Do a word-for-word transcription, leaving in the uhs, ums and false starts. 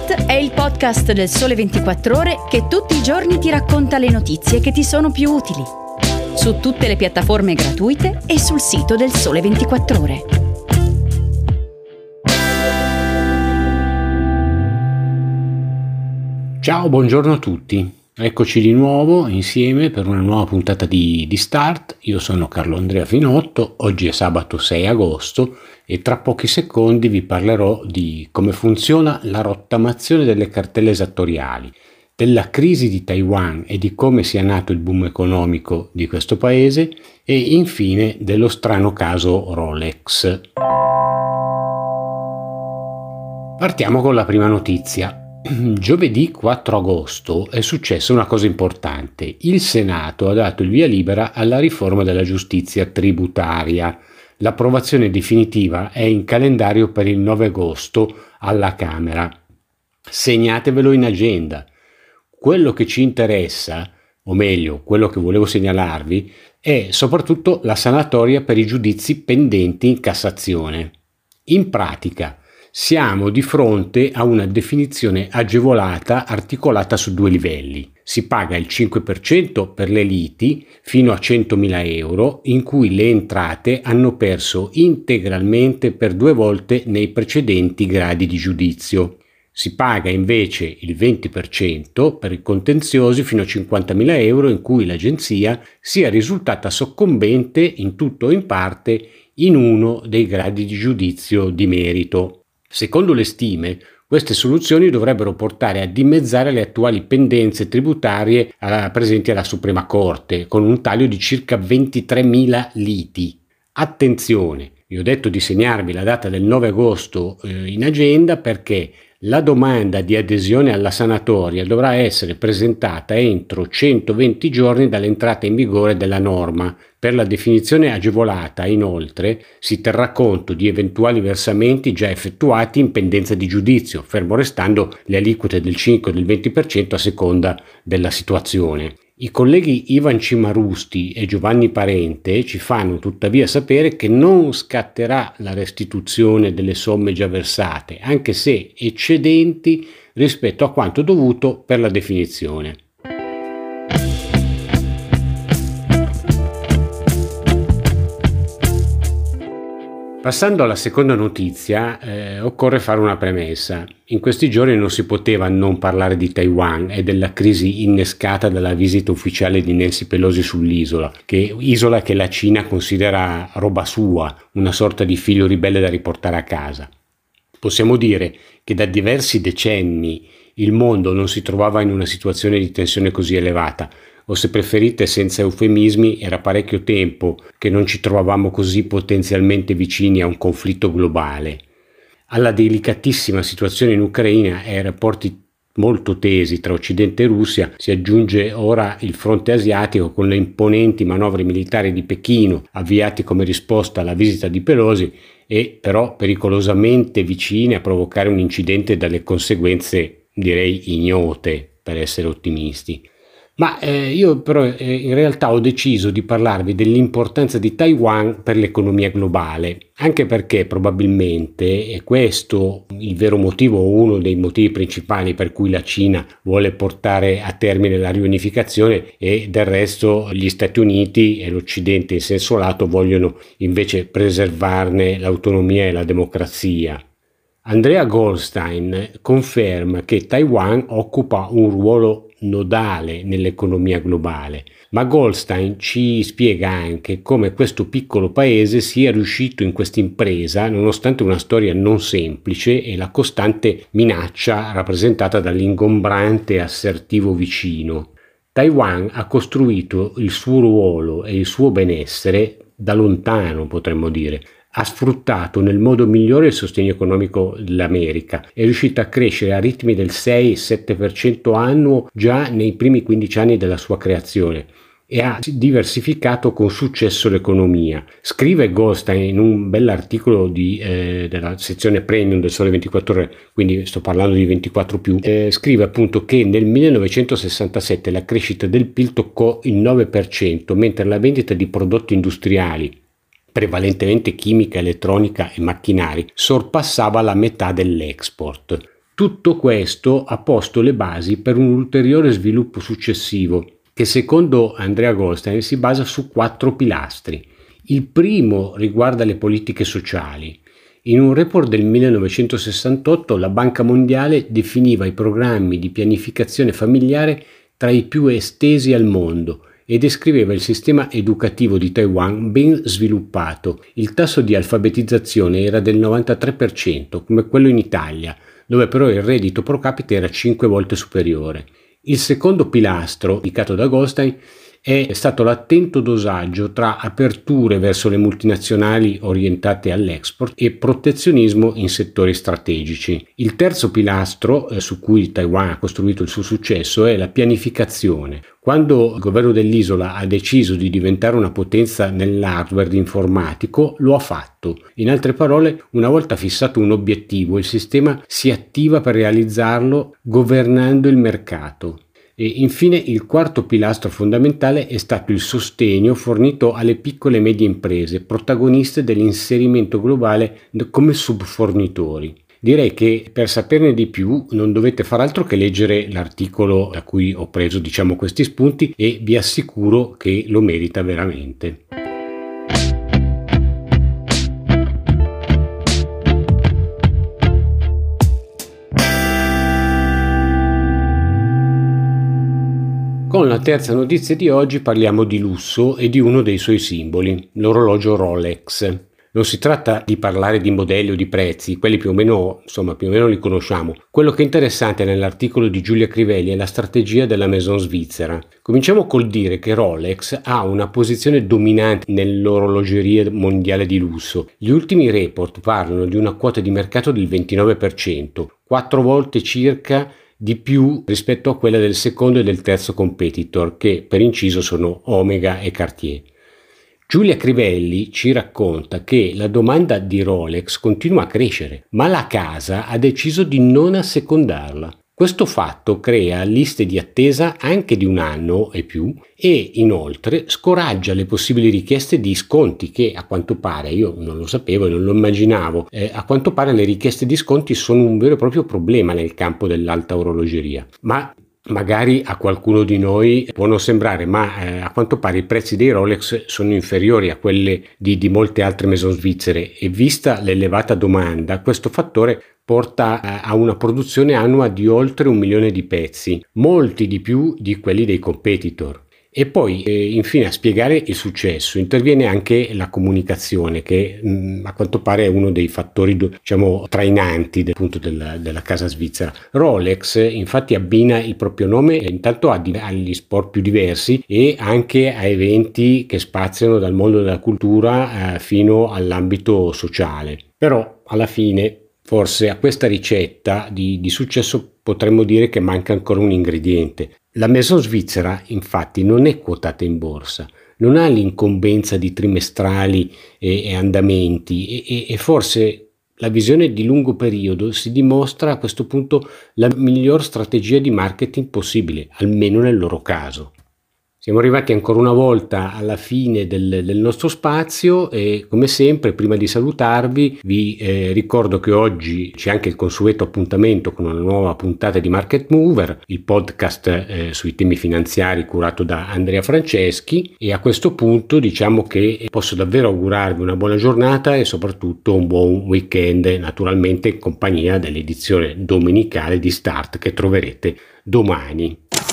Start è il podcast del Sole ventiquattro Ore che tutti i giorni ti racconta le notizie che ti sono più utili. Su tutte le piattaforme gratuite e sul sito del Sole ventiquattro Ore. Ciao, buongiorno a tutti. Eccoci di nuovo insieme per una nuova puntata di, di Start. Io sono Carlo Andrea Finotto, oggi è sabato sei agosto e tra pochi secondi vi parlerò di come funziona la rottamazione delle cartelle esattoriali, della crisi di Taiwan e di come sia nato il boom economico di questo paese e infine dello strano caso Rolex. Partiamo con la prima notizia. Giovedì quattro agosto è successa una cosa importante. Il Senato ha dato il via libera alla riforma della giustizia tributaria. L'approvazione definitiva è in calendario per il nove agosto alla Camera. Segnatevelo in agenda. Quello che ci interessa, o meglio, quello che volevo segnalarvi, è soprattutto la sanatoria per i giudizi pendenti in Cassazione. In pratica, siamo di fronte a una definizione agevolata articolata su due livelli. Si paga il cinque per cento per le liti fino a centomila euro in cui le entrate hanno perso integralmente per due volte nei precedenti gradi di giudizio. Si paga invece il venti per cento per i contenziosi fino a cinquantamila euro in cui l'agenzia sia risultata soccombente in tutto o in parte in uno dei gradi di giudizio di merito. Secondo le stime, queste soluzioni dovrebbero portare a dimezzare le attuali pendenze tributarie presenti alla Suprema Corte, con un taglio di circa ventitremila liti. Attenzione, vi ho detto di segnarvi la data del nove agosto eh, in agenda perché la domanda di adesione alla sanatoria dovrà essere presentata entro centoventi giorni dall'entrata in vigore della norma. Per la definizione agevolata, inoltre, si terrà conto di eventuali versamenti già effettuati in pendenza di giudizio, fermo restando le aliquote del cinque e del venti per cento a seconda della situazione. I colleghi Ivan Cimarusti e Giovanni Parente ci fanno tuttavia sapere che non scatterà la restituzione delle somme già versate, anche se eccedenti rispetto a quanto dovuto per la definizione. Passando alla seconda notizia, eh, occorre fare una premessa. In questi giorni non si poteva non parlare di Taiwan e della crisi innescata dalla visita ufficiale di Nancy Pelosi sull'isola, che isola che la Cina considera roba sua, una sorta di figlio ribelle da riportare a casa. Possiamo dire che da diversi decenni il mondo non si trovava in una situazione di tensione così elevata, o se preferite senza eufemismi era parecchio tempo che non ci trovavamo così potenzialmente vicini a un conflitto globale. Alla delicatissima situazione in Ucraina e ai rapporti molto tesi tra Occidente e Russia si aggiunge ora il fronte asiatico con le imponenti manovre militari di Pechino avviate come risposta alla visita di Pelosi e però pericolosamente vicine a provocare un incidente dalle conseguenze direi ignote per essere ottimisti. Ma eh, io però eh, in realtà ho deciso di parlarvi dell'importanza di Taiwan per l'economia globale, anche perché probabilmente è questo il vero motivo o uno dei motivi principali per cui la Cina vuole portare a termine la riunificazione e del resto gli Stati Uniti e l'Occidente in senso lato vogliono invece preservarne l'autonomia e la democrazia. Andrea Goldstein conferma che Taiwan occupa un ruolo nodale nell'economia globale, ma Goldstein ci spiega anche come questo piccolo paese sia riuscito in questa impresa nonostante una storia non semplice e la costante minaccia rappresentata dall'ingombrante e assertivo vicino. Taiwan ha costruito il suo ruolo e il suo benessere da lontano, potremmo dire. Ha sfruttato nel modo migliore il sostegno economico dell'America, è riuscita a crescere a ritmi del sei sette per cento annuo già nei primi quindici anni della sua creazione e ha diversificato con successo l'economia. Scrive Goldstein in un bell'articolo di, eh, della sezione premium del Sole ventiquattro Ore, quindi sto parlando di ventiquattro più, eh, scrive appunto che nel millenovecentosessantasette la crescita del P I L toccò il nove per cento, mentre la vendita di prodotti industriali prevalentemente chimica, elettronica e macchinari, sorpassava la metà dell'export. Tutto questo ha posto le basi per un ulteriore sviluppo successivo che secondo Andrea Goldstein si basa su quattro pilastri. Il primo riguarda le politiche sociali. In un report del millenovecentosessantotto la Banca Mondiale definiva i programmi di pianificazione familiare tra i più estesi al mondo e descriveva il sistema educativo di Taiwan ben sviluppato. Il tasso di alfabetizzazione era del novantatré per cento, come quello in Italia, dove però il reddito pro capite era cinque volte superiore. Il secondo pilastro, indicato da Goldstein, è stato l'attento dosaggio tra aperture verso le multinazionali orientate all'export e protezionismo in settori strategici. Il terzo pilastro eh, su cui Taiwan ha costruito il suo successo è la pianificazione. Quando il governo dell'isola ha deciso di diventare una potenza nell'hardware informatico, lo ha fatto. In altre parole, una volta fissato un obiettivo, il sistema si attiva per realizzarlo governando il mercato. E infine il quarto pilastro fondamentale è stato il sostegno fornito alle piccole e medie imprese, protagoniste dell'inserimento globale come subfornitori. Direi che per saperne di più non dovete far altro che leggere l'articolo da cui ho preso, diciamo, questi spunti e vi assicuro che lo merita veramente. Con la terza notizia di oggi parliamo di lusso e di uno dei suoi simboli, l'orologio Rolex. Non si tratta di parlare di modelli o di prezzi, quelli più o meno, insomma, più o meno li conosciamo. Quello che è interessante nell'articolo di Giulia Crivelli è la strategia della Maison svizzera. Cominciamo col dire che Rolex ha una posizione dominante nell'orologeria mondiale di lusso. Gli ultimi report parlano di una quota di mercato del ventinove per cento, quattro volte circa di più rispetto a quella del secondo e del terzo competitor, che per inciso sono Omega e Cartier. Giulia Crivelli ci racconta che la domanda di Rolex continua a crescere, ma la casa ha deciso di non assecondarla. Questo fatto crea liste di attesa anche di un anno e più e inoltre scoraggia le possibili richieste di sconti che a quanto pare, io non lo sapevo e non lo immaginavo, eh, a quanto pare le richieste di sconti sono un vero e proprio problema nel campo dell'alta orologeria. Ma magari a qualcuno di noi può non sembrare, ma eh, a quanto pare i prezzi dei Rolex sono inferiori a quelli di, di molte altre maison svizzere e vista l'elevata domanda, questo fattore porta a una produzione annua di oltre un milione di pezzi, molti di più di quelli dei competitor. E poi eh, infine a spiegare il successo interviene anche la comunicazione che mh, a quanto pare è uno dei fattori diciamo trainanti del, appunto, della, della casa svizzera. Rolex infatti abbina il proprio nome intanto agli sport più diversi e anche a eventi che spaziano dal mondo della cultura eh, fino all'ambito sociale. Però alla fine forse a questa ricetta di, di successo potremmo dire che manca ancora un ingrediente. La Maison svizzera infatti non è quotata in borsa, non ha l'incombenza di trimestrali e, e andamenti e, e, e forse la visione di lungo periodo si dimostra a questo punto la miglior strategia di marketing possibile, almeno nel loro caso. Siamo arrivati ancora una volta alla fine del, del nostro spazio e come sempre prima di salutarvi vi eh, ricordo che oggi c'è anche il consueto appuntamento con una nuova puntata di Market Mover, il podcast eh, sui temi finanziari curato da Andrea Franceschi e a questo punto diciamo che posso davvero augurarvi una buona giornata e soprattutto un buon weekend, naturalmente in compagnia dell'edizione domenicale di Start che troverete domani.